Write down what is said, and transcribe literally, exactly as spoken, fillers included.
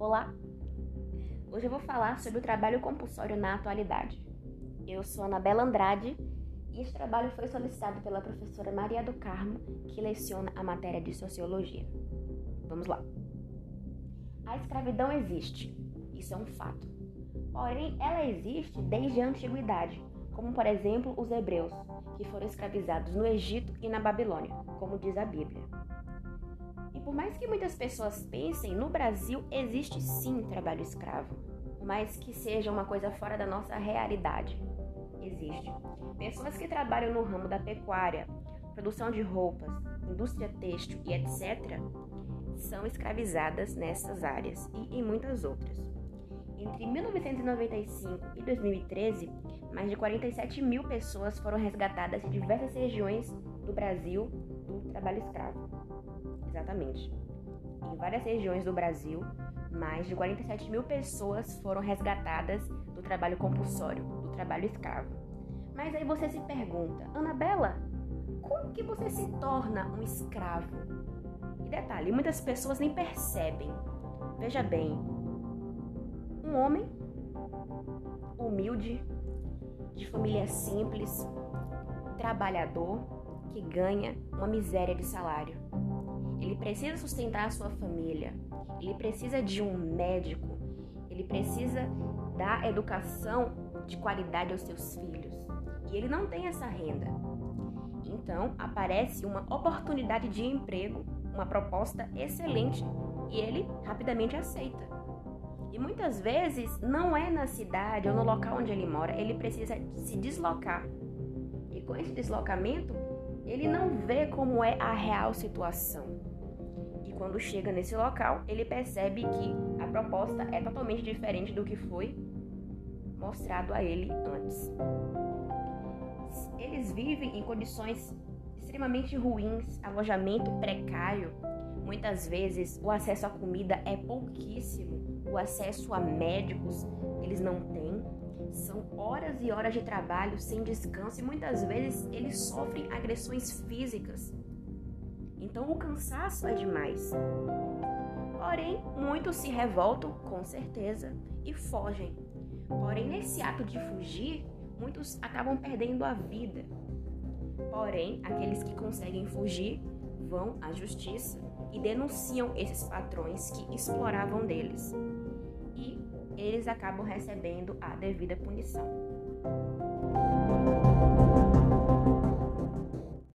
Olá! Hoje eu vou falar sobre o trabalho compulsório na atualidade. Eu sou Anabela Andrade e esse trabalho foi solicitado pela professora Maria do Carmo, que leciona a matéria de Sociologia. Vamos lá! A escravidão existe, isso é um fato. Porém, ela existe desde a antiguidade, como por exemplo os hebreus, que foram escravizados no Egito e na Babilônia, como diz a Bíblia. E por mais que muitas pessoas pensem, no Brasil existe sim trabalho escravo, por mais que seja uma coisa fora da nossa realidade. Existe. Pessoas que trabalham no ramo da pecuária, produção de roupas, indústria têxtil e etcétera são escravizadas nessas áreas e em muitas outras. Entre mil novecentos e noventa e cinco e dois mil e treze, mais de quarenta e sete mil pessoas foram resgatadas em diversas regiões do Brasil do trabalho escravo. Exatamente. Em várias regiões do Brasil, mais de quarenta e sete mil pessoas foram resgatadas do trabalho compulsório, do trabalho escravo. Mas aí você se pergunta, Anabela, como que você se torna um escravo? E detalhe, muitas pessoas nem percebem. Veja bem, um homem humilde, de família simples, trabalhador, que ganha uma miséria de salário. Ele precisa sustentar a sua família, ele precisa de um médico, ele precisa dar educação de qualidade aos seus filhos. E ele não tem essa renda. Então, aparece uma oportunidade de emprego, uma proposta excelente, e ele rapidamente aceita. E muitas vezes não é na cidade ou no local onde ele mora, ele precisa se deslocar. E com esse deslocamento, ele não vê como é a real situação. E quando chega nesse local, ele percebe que a proposta é totalmente diferente do que foi mostrado a ele antes. Eles vivem em condições extremamente ruins, alojamento precário. Muitas vezes o acesso à comida é pouquíssimo, o acesso a médicos eles não têm. São horas e horas de trabalho sem descanso e muitas vezes eles sofrem agressões físicas. Então o cansaço é demais. Porém, muitos se revoltam, com certeza, e fogem. Porém, nesse ato de fugir, muitos acabam perdendo a vida. Porém, aqueles que conseguem fugir vão à justiça e denunciam esses patrões que exploravam deles. E eles acabam recebendo a devida punição.